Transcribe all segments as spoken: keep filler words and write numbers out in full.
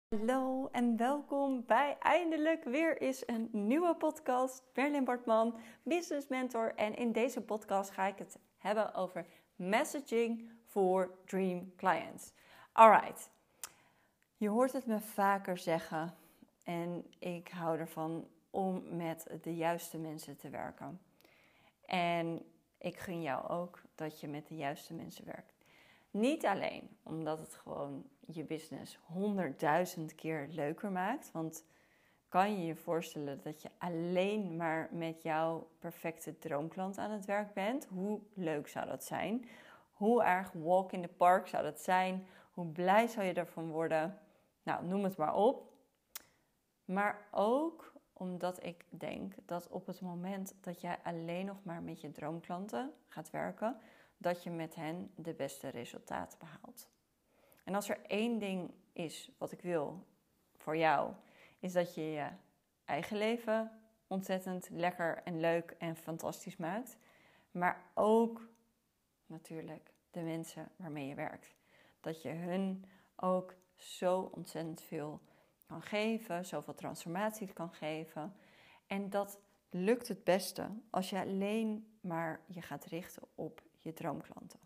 Hallo en welkom bij eindelijk weer eens een nieuwe podcast. Merlin Bartman, business mentor. En in deze podcast ga ik het hebben over messaging voor dream clients. Alright, je hoort het me vaker zeggen en ik hou ervan om met de juiste mensen te werken. En ik gun jou ook dat je met de juiste mensen werkt. Niet alleen omdat het gewoon je business honderdduizend keer leuker maakt. Want kan je je voorstellen dat je alleen maar met jouw perfecte droomklant aan het werk bent? Hoe leuk zou dat zijn? Hoe erg walk in the park zou dat zijn? Hoe blij zou je ervan worden? Nou, noem het maar op. Maar ook omdat ik denk dat op het moment dat jij alleen nog maar met je droomklanten gaat werken, dat je met hen de beste resultaten behaalt. En als er één ding is wat ik wil voor jou, is dat je je eigen leven ontzettend lekker en leuk en fantastisch maakt. Maar ook natuurlijk de mensen waarmee je werkt. Dat je hun ook zo ontzettend veel kan geven, zoveel transformatie kan geven. En dat lukt het beste als je alleen maar je gaat richten op je droomklanten.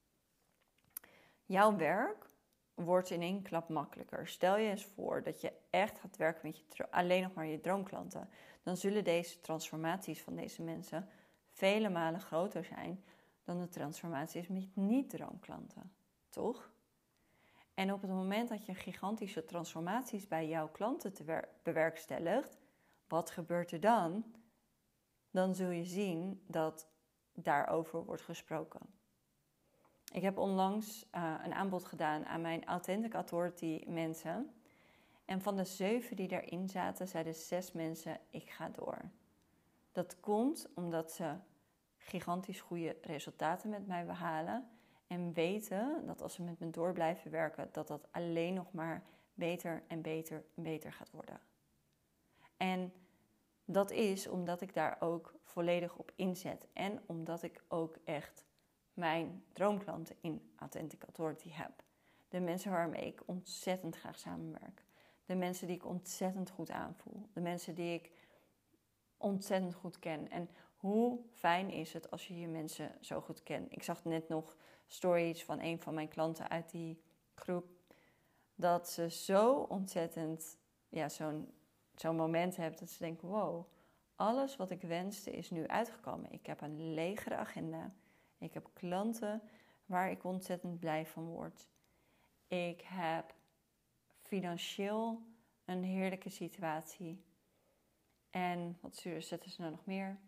Jouw werk wordt in één klap makkelijker. Stel je eens voor dat je echt gaat werken met je, alleen nog maar je droomklanten. Dan zullen deze transformaties van deze mensen vele malen groter zijn dan de transformaties met niet-droomklanten. Toch? En op het moment dat je gigantische transformaties bij jouw klanten te wer- bewerkstelligt, wat gebeurt er dan? Dan zul je zien dat daarover wordt gesproken. Ik heb onlangs uh, een aanbod gedaan aan mijn Authentic Authority mensen. En van de zeven die daarin zaten, zeiden zes mensen, ik ga door. Dat komt omdat ze gigantisch goede resultaten met mij behalen. En weten dat als ze met me door blijven werken, dat dat alleen nog maar beter en beter en beter gaat worden. En dat is omdat ik daar ook volledig op inzet. En omdat ik ook echt mijn droomklanten in Authentic Authority heb. De mensen waarmee ik ontzettend graag samenwerk. De mensen die ik ontzettend goed aanvoel. De mensen die ik ontzettend goed ken. En hoe fijn is het als je je mensen zo goed kent. Ik zag net nog stories van een van mijn klanten uit die groep. Dat ze zo ontzettend, ja, zo'n, zo'n moment hebben dat ze denken, wow, alles wat ik wenste is nu uitgekomen. Ik heb een legere agenda. Ik heb klanten waar ik ontzettend blij van word. Ik heb financieel een heerlijke situatie. En wat zetten ze nou nog meer?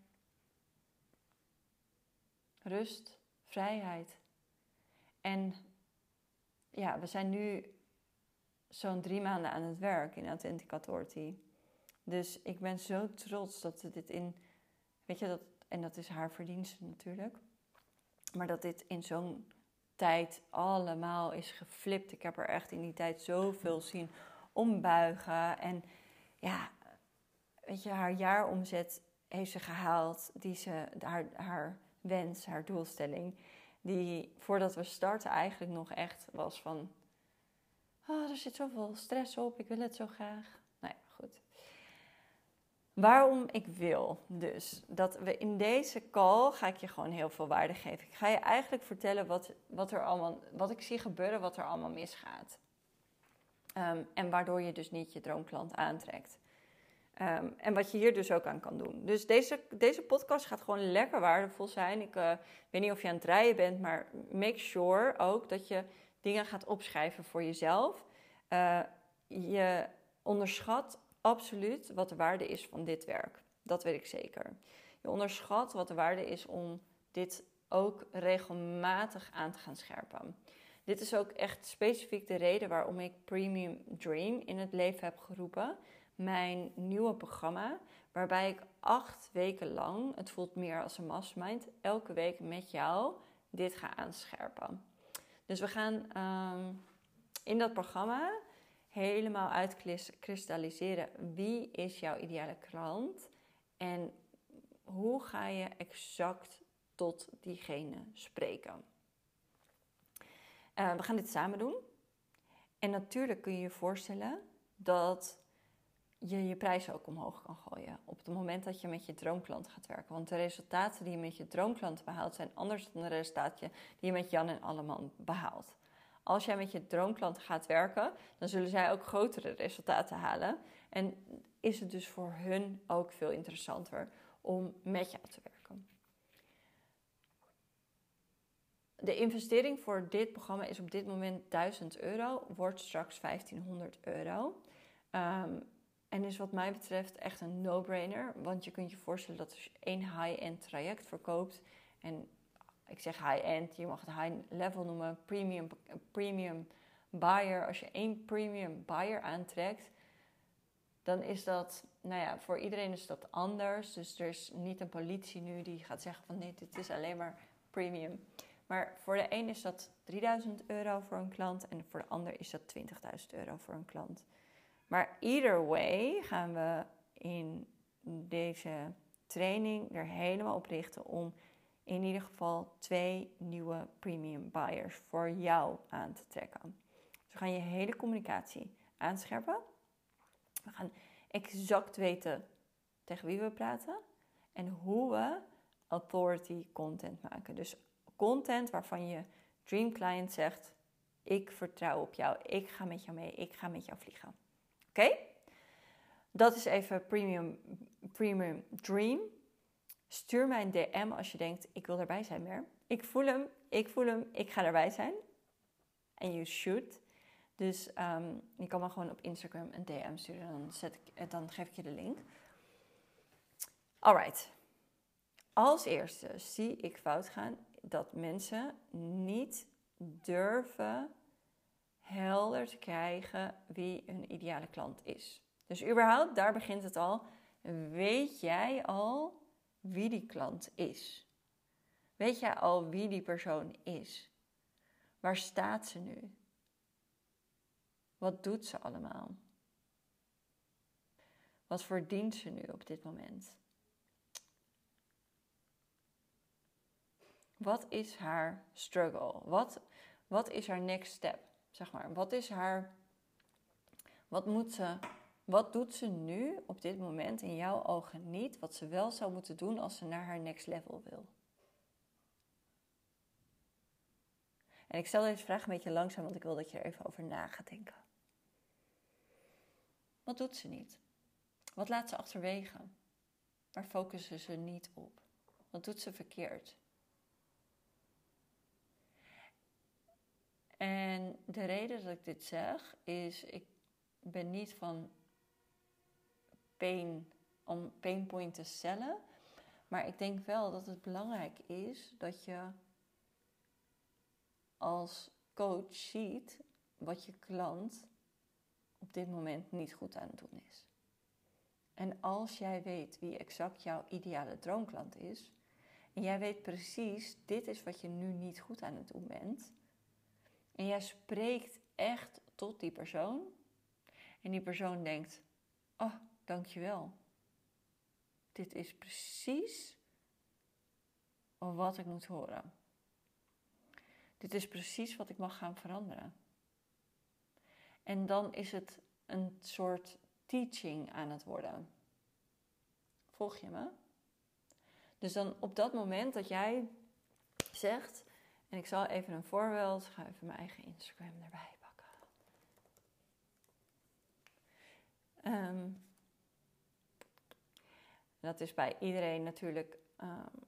Rust, vrijheid. En ja, we zijn nu zo'n drie maanden aan het werk in Authentic Authority. Dus ik ben zo trots dat ze dit in, weet je, dat, en dat is haar verdienste natuurlijk. Maar dat dit in zo'n tijd allemaal is geflipt. Ik heb er echt in die tijd zoveel zien ombuigen. En ja, weet je, haar jaaromzet heeft ze gehaald. Die ze, haar, haar wens, haar doelstelling. Die voordat we starten eigenlijk nog echt was van, oh, er zit zoveel stress op. Ik wil het zo graag. Nou ja, goed. Waarom ik wil dus dat we in deze call ga ik je gewoon heel veel waarde geven. Ik ga je eigenlijk vertellen wat, wat, er allemaal, wat ik zie gebeuren, wat er allemaal misgaat. Um, en waardoor je dus niet je droomklant aantrekt. Um, en wat je hier dus ook aan kan doen. Dus deze, deze podcast gaat gewoon lekker waardevol zijn. Ik uh, weet niet of je aan het rijden bent, maar make sure ook dat je dingen gaat opschrijven voor jezelf. Uh, je onderschat absoluut wat de waarde is van dit werk. Dat weet ik zeker. Je onderschat wat de waarde is om dit ook regelmatig aan te gaan scherpen. Dit is ook echt specifiek de reden waarom ik Premium Dream in het leven heb geroepen. Mijn nieuwe programma, waarbij ik acht weken lang, het voelt meer als een mastermind, elke week met jou dit ga aanscherpen. Dus we gaan um, in dat programma helemaal uitkristalliseren wie is jouw ideale klant en hoe ga je exact tot diegene spreken. Uh, we gaan dit samen doen. En natuurlijk kun je je voorstellen dat je je prijs ook omhoog kan gooien. Op het moment dat je met je droomklant gaat werken. Want de resultaten die je met je droomklant behaalt zijn anders dan de resultaten die je met Jan en Alleman behaalt. Als jij met je droomklant gaat werken, dan zullen zij ook grotere resultaten halen. En is het dus voor hun ook veel interessanter om met jou te werken. De investering voor dit programma is op dit moment duizend euro, wordt straks vijftienhonderd euro. Um, en is wat mij betreft echt een no-brainer, want je kunt je voorstellen dat als je één high-end traject verkoopt, en ik zeg high-end, je mag het high-level noemen, premium, premium buyer. Als je één premium buyer aantrekt, dan is dat, nou ja, voor iedereen is dat anders. Dus er is niet een politie nu die gaat zeggen van nee, dit is alleen maar premium. Maar voor de een is dat drieduizend euro voor een klant en voor de ander is dat twintigduizend euro voor een klant. Maar either way gaan we in deze training er helemaal op richten om in ieder geval twee nieuwe premium buyers voor jou aan te trekken. Dus we gaan je hele communicatie aanscherpen. We gaan exact weten tegen wie we praten en hoe we authority content maken. Dus content waarvan je dream client zegt, ik vertrouw op jou, ik ga met jou mee, ik ga met jou vliegen. Oké? Okay? Dat is even premium, premium dream. Stuur mij een D M als je denkt, ik wil erbij zijn meer. Ik voel hem, ik voel hem, ik ga erbij zijn. En you should. Dus um, je kan me gewoon op Instagram een D M sturen. Dan, zet ik, dan geef ik je de link. Alright. Als eerste zie ik fout gaan dat mensen niet durven helder te krijgen wie hun ideale klant is. Dus überhaupt, daar begint het al. Weet jij al wie die klant is? Weet jij al wie die persoon is? Waar staat ze nu? Wat doet ze allemaal? Wat verdient ze nu op dit moment? Wat is haar struggle? Wat, wat is haar next step? Zeg maar, wat is haar... Wat moet ze... Wat doet ze nu op dit moment in jouw ogen niet, wat ze wel zou moeten doen als ze naar haar next level wil? En ik stel deze vraag een beetje langzaam, want ik wil dat je er even over na gaat denken. Wat doet ze niet? Wat laat ze achterwege? Waar focussen ze niet op? Wat doet ze verkeerd? En de reden dat ik dit zeg, is ik ben niet van pain, om painpoint te stellen. Maar ik denk wel dat het belangrijk is dat je als coach ziet wat je klant op dit moment niet goed aan het doen is. En als jij weet wie exact jouw ideale droomklant is, en jij weet precies, dit is wat je nu niet goed aan het doen bent, en jij spreekt echt tot die persoon, en die persoon denkt, oh, dankjewel. Dit is precies wat ik moet horen. Dit is precies wat ik mag gaan veranderen. En dan is het een soort teaching aan het worden. Volg je me? Dus dan op dat moment dat jij zegt, en ik zal even een voorbeeld, ik ga even mijn eigen Instagram erbij pakken. Um, dat is bij iedereen natuurlijk um,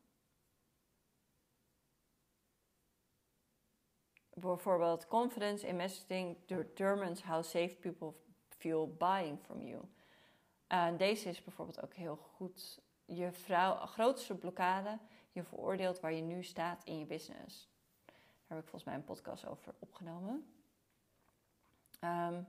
bijvoorbeeld confidence in messaging determines how safe people feel buying from you. Uh, deze is bijvoorbeeld ook heel goed. Je vrouw, grootste blokkade, je veroordeelt waar je nu staat in je business. Daar heb ik volgens mij een podcast over opgenomen. Um,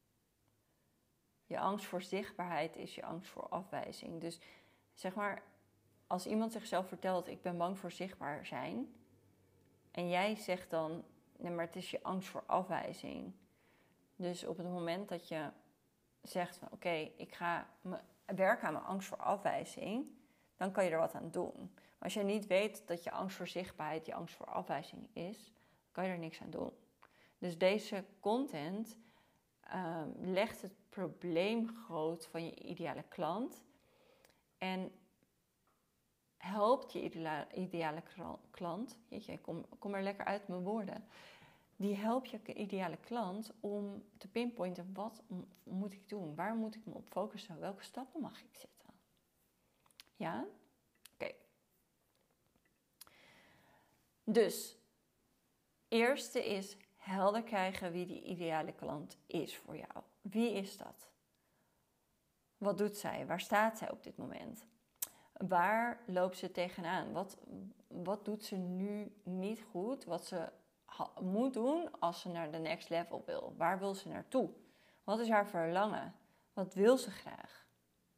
je angst voor zichtbaarheid is je angst voor afwijzing. Dus zeg maar, als iemand zichzelf vertelt, ik ben bang voor zichtbaar zijn. En jij zegt dan, nee, maar het is je angst voor afwijzing. Dus op het moment dat je zegt van, oké, okay, ik ga me, werken aan mijn angst voor afwijzing, dan kan je er wat aan doen. Maar als je niet weet dat je angst voor zichtbaarheid je angst voor afwijzing is, kan je er niks aan doen. Dus deze content um, legt het probleem groot van je ideale klant. En helpt je ideale, ideale klant, jeetje, ik kom, kom er lekker uit mijn woorden. Die helpt je ideale klant om te pinpointen, wat moet ik doen? Waar moet ik me op focussen? Welke stappen mag ik zetten? Ja? Oké. Okay. Dus, eerste is helder krijgen wie die ideale klant is voor jou. Wie is dat? Wat doet zij? Waar staat zij op dit moment? Waar loopt ze tegenaan? Wat, wat doet ze nu niet goed? Wat ze ha- moet doen als ze naar de next level wil? Waar wil ze naartoe? Wat is haar verlangen? Wat wil ze graag?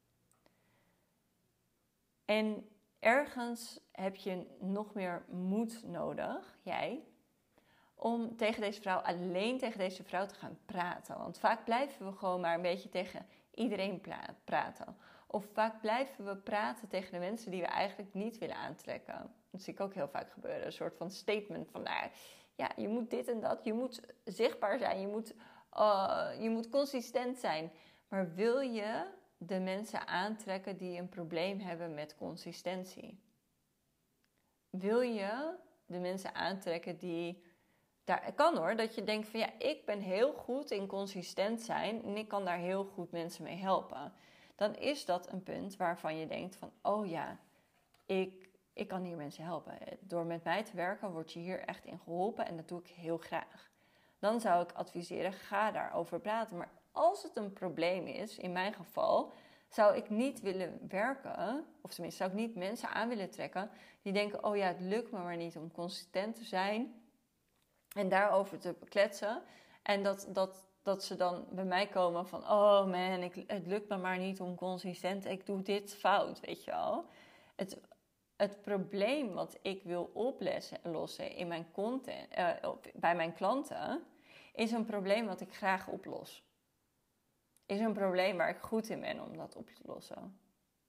En ergens heb je nog meer moed nodig, jij, om tegen deze vrouw, alleen tegen deze vrouw te gaan praten. Want vaak blijven we gewoon maar een beetje tegen iedereen pla- praten. Of vaak blijven we praten tegen de mensen die we eigenlijk niet willen aantrekken. Dat zie ik ook heel vaak gebeuren. Een soort van statement van, nou, ja, je moet dit en dat. Je moet zichtbaar zijn. Je moet, uh, je moet consistent zijn. Maar wil je de mensen aantrekken die een probleem hebben met consistentie? Wil je de mensen aantrekken die... Daar kan hoor, dat je denkt van ja, ik ben heel goed in consistent zijn en ik kan daar heel goed mensen mee helpen. Dan is dat een punt waarvan je denkt van, oh ja, ik, ik kan hier mensen helpen. Door met mij te werken word je hier echt in geholpen en dat doe ik heel graag. Dan zou ik adviseren, ga daarover praten. Maar als het een probleem is, in mijn geval, zou ik niet willen werken, of tenminste zou ik niet mensen aan willen trekken die denken, oh ja, het lukt me maar niet om consistent te zijn en daarover te kletsen. En dat, dat, dat ze dan bij mij komen van, oh man, ik, het lukt me maar niet om consistent, ik doe dit fout, weet je wel. Het, het probleem wat ik wil oplossen in mijn content, uh, bij mijn klanten, is een probleem wat ik graag oplos. Is een probleem waar ik goed in ben om dat op te lossen.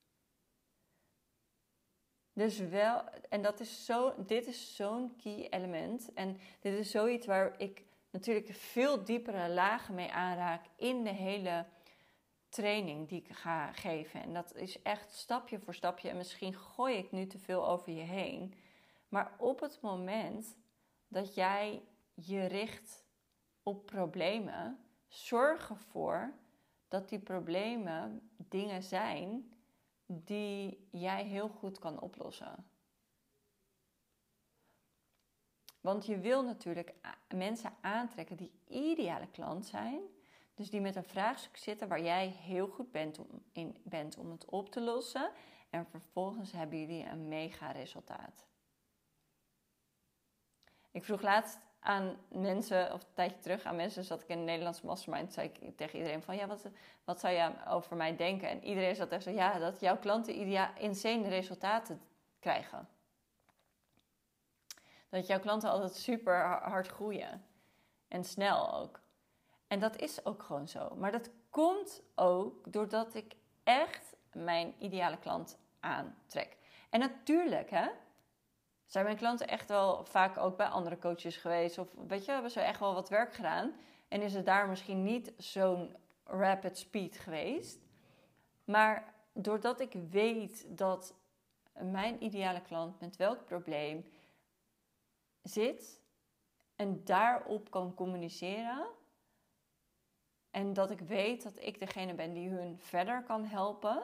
Dus wel, en dat is zo, dit is zo'n key element. En dit is zoiets waar ik natuurlijk veel diepere lagen mee aanraak in de hele training die ik ga geven. En dat is echt stapje voor stapje. En misschien gooi ik nu te veel over je heen. Maar op het moment dat jij je richt op problemen, zorg ervoor dat die problemen dingen zijn die jij heel goed kan oplossen. Want je wil natuurlijk mensen aantrekken die ideale klant zijn. Dus die met een vraagstuk zitten waar jij heel goed bent om, in, bent om het op te lossen. En vervolgens hebben jullie een mega resultaat. Ik vroeg laatst aan mensen, of een tijdje terug aan mensen, zat ik in een Nederlandse mastermind, zei ik tegen iedereen van, ja, wat, wat zou je over mij denken? En iedereen zat echt zo, ja, dat jouw klanten idea- insane resultaten krijgen. Dat jouw klanten altijd super hard groeien. En snel ook. En dat is ook gewoon zo. Maar dat komt ook doordat ik echt mijn ideale klant aantrek. En natuurlijk, hè, zijn mijn klanten echt wel vaak ook bij andere coaches geweest. Of weet je, hebben ze echt wel wat werk gedaan. En is het daar misschien niet zo'n rapid speed geweest. Maar doordat ik weet dat mijn ideale klant met welk probleem zit en daarop kan communiceren. En dat ik weet dat ik degene ben die hun verder kan helpen.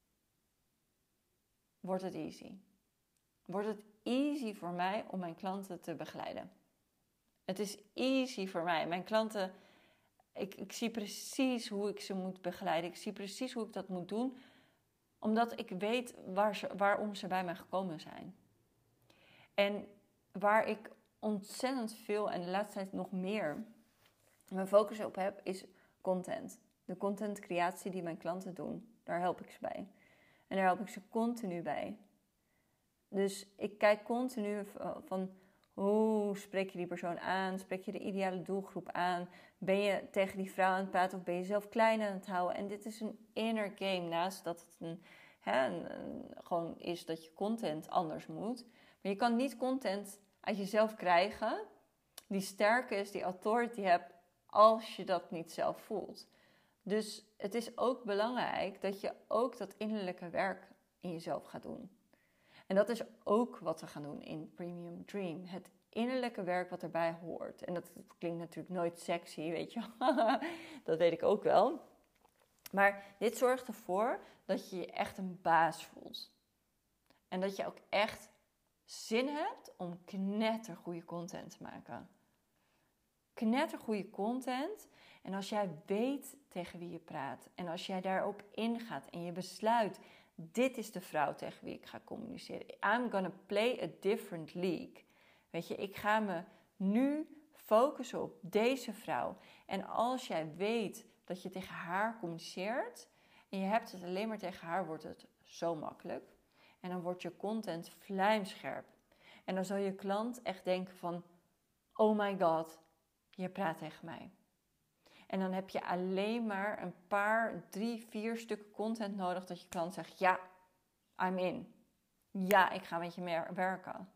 Wordt het easy. Wordt het easy voor mij om mijn klanten te begeleiden. Het is easy voor mij. Mijn klanten, ik, ik zie precies hoe ik ze moet begeleiden. Ik zie precies hoe ik dat moet doen. Omdat ik weet waar ze, waarom ze bij mij gekomen zijn. En waar ik ontzettend veel en de laatste tijd nog meer mijn focus op heb, is content. De contentcreatie die mijn klanten doen, daar help ik ze bij. En daar help ik ze continu bij. Dus ik kijk continu van hoe spreek je die persoon aan? Spreek je de ideale doelgroep aan? Ben je tegen die vrouw aan het praten of ben je zelf klein aan het houden? En dit is een inner game, naast dat het een, hè, een, een, gewoon is dat je content anders moet. Maar je kan niet content uit jezelf krijgen die sterk is, die authority hebt, als je dat niet zelf voelt. Dus het is ook belangrijk dat je ook dat innerlijke werk in jezelf gaat doen. En dat is ook wat we gaan doen in Premium Dream. Het innerlijke werk wat erbij hoort. En dat klinkt natuurlijk nooit sexy, weet je. Dat weet ik ook wel. Maar dit zorgt ervoor dat je je echt een baas voelt. En dat je ook echt zin hebt om knettergoeie content te maken. Knettergoeie content. En als jij weet tegen wie je praat. En als jij daarop ingaat en je besluit, dit is de vrouw tegen wie ik ga communiceren. I'm gonna play a different league. Weet je, ik ga me nu focussen op deze vrouw. En als jij weet dat je tegen haar communiceert en je hebt het alleen maar tegen haar, wordt het zo makkelijk. En dan wordt je content vlijmscherp. En dan zal je klant echt denken van, oh my god, je praat tegen mij. En dan heb je alleen maar een paar, drie, vier stukken content nodig dat je klant zegt, ja, I'm in. Ja, ik ga met je meer werken.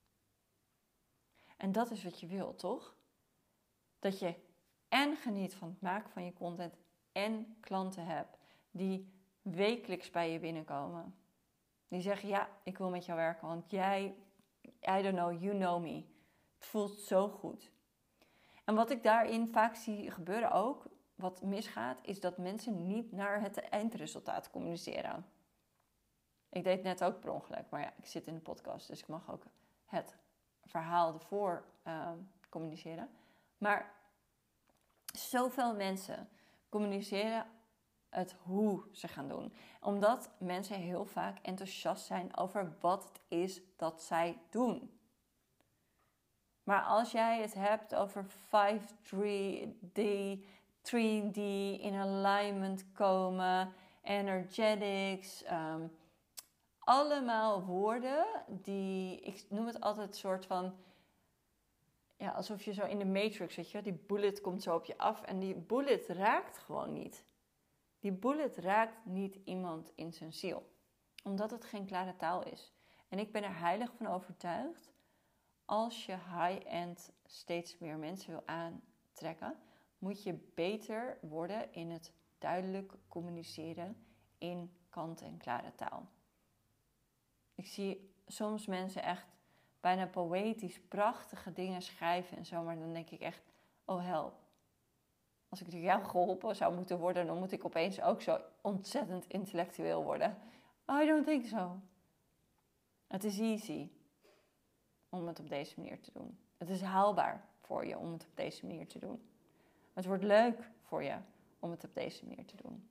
En dat is wat je wil, toch? Dat je en geniet van het maken van je content en klanten hebt die wekelijks bij je binnenkomen. Die zeggen, ja, ik wil met jou werken, want jij, I don't know, you know me. Het voelt zo goed. En wat ik daarin vaak zie gebeuren ook, wat misgaat, is dat mensen niet naar het eindresultaat communiceren. Ik deed het net ook per ongeluk, maar ja, ik zit in de podcast, dus ik mag ook het verhaal ervoor uh, communiceren. Maar zoveel mensen communiceren het hoe ze gaan doen. Omdat mensen heel vaak enthousiast zijn over wat het is dat zij doen. Maar als jij het hebt over vijf D, drie D, in alignment komen, energetics, um, allemaal woorden die, ik noem het altijd een soort van, ja, alsof je zo in de Matrix, weet je, die bullet komt zo op je af en die bullet raakt gewoon niet. Die bullet raakt niet iemand in zijn ziel, omdat het geen klare taal is. En ik ben er heilig van overtuigd, als je high-end steeds meer mensen wil aantrekken, moet je beter worden in het duidelijk communiceren in kant-en-klare taal. Ik zie soms mensen echt bijna poëtisch prachtige dingen schrijven en zo, maar dan denk ik echt, oh help. Als ik door jou geholpen zou moeten worden, dan moet ik opeens ook zo ontzettend intellectueel worden. I don't think so. Het is easy om het op deze manier te doen. Het is haalbaar voor je om het op deze manier te doen. Het wordt leuk voor je om het op deze manier te doen.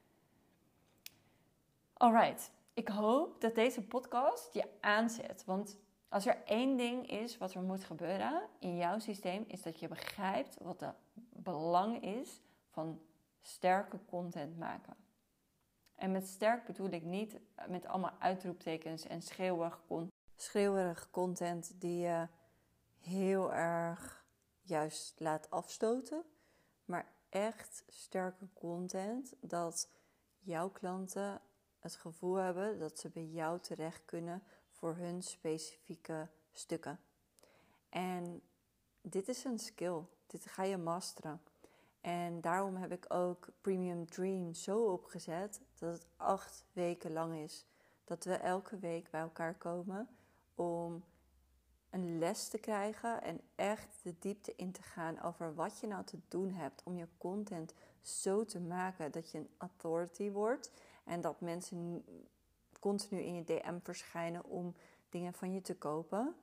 Alright, ik hoop dat deze podcast je aanzet. Want als er één ding is wat er moet gebeuren in jouw systeem, is dat je begrijpt wat de belang is van sterke content maken. En met sterk bedoel ik niet met allemaal uitroeptekens en schreeuwige content. Schreeuwerige content die je heel erg juist laat afstoten. Maar echt sterke content dat jouw klanten het gevoel hebben dat ze bij jou terecht kunnen voor hun specifieke stukken. En dit is een skill. Dit ga je masteren. En daarom heb ik ook Premium Dream zo opgezet dat het acht weken lang is. Dat we elke week bij elkaar komen om een les te krijgen en echt de diepte in te gaan over wat je nou te doen hebt om je content zo te maken dat je een authority wordt en dat mensen continu in je D M verschijnen om dingen van je te kopen.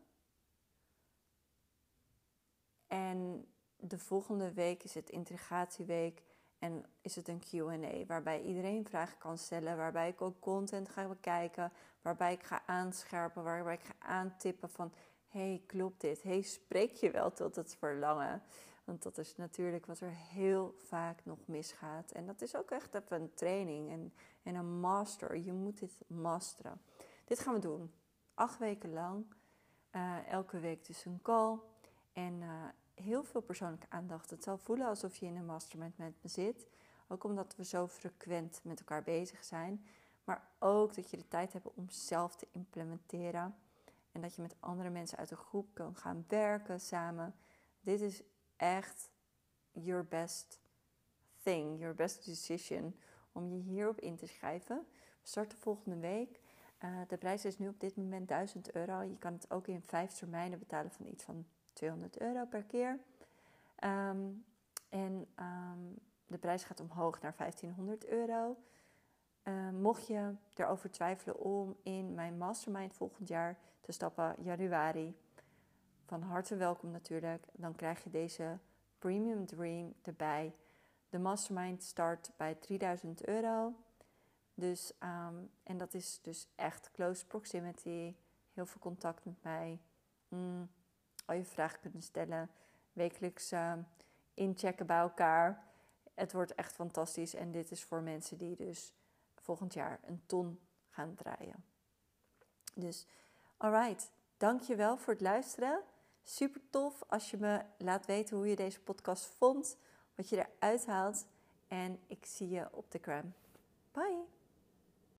En de volgende week is het integratieweek en is het een Q en A waarbij iedereen vragen kan stellen, waarbij ik ook content ga bekijken, waarbij ik ga aanscherpen, waarbij ik ga aantippen van, hey, klopt dit? Hey, spreek je wel tot het verlangen? Want dat is natuurlijk wat er heel vaak nog misgaat. En dat is ook echt even een training en, en een master. Je moet dit masteren. Dit gaan we doen. Acht weken lang. Uh, elke week dus een call. En uh, heel veel persoonlijke aandacht. Het zal voelen alsof je in een mastermind met me zit. Ook omdat we zo frequent met elkaar bezig zijn. Maar ook dat je de tijd hebt om zelf te implementeren. En dat je met andere mensen uit de groep kan gaan werken samen. Dit is echt your best thing, your best decision om je hierop in te schrijven. We starten volgende week. Uh, de prijs is nu op dit moment duizend euro. Je kan het ook in vijf termijnen betalen van iets van tweehonderd euro per keer. Um, en um, de prijs gaat omhoog naar vijftienhonderd euro. Uh, mocht je erover twijfelen om in mijn mastermind volgend jaar te stappen, januari, van harte welkom natuurlijk. Dan krijg je deze Premium Dream erbij. De mastermind start bij drieduizend euro. Dus, um, en dat is dus echt close proximity. Heel veel contact met mij. Mm, al je vragen kunnen stellen. Wekelijks uh, inchecken bij elkaar. Het wordt echt fantastisch. En dit is voor mensen die dus volgend jaar een ton gaan draaien. Dus, alright. Dankjewel voor het luisteren. Super tof als je me laat weten hoe je deze podcast vond. Wat je eruit haalt. En ik zie je op de gram. Bye!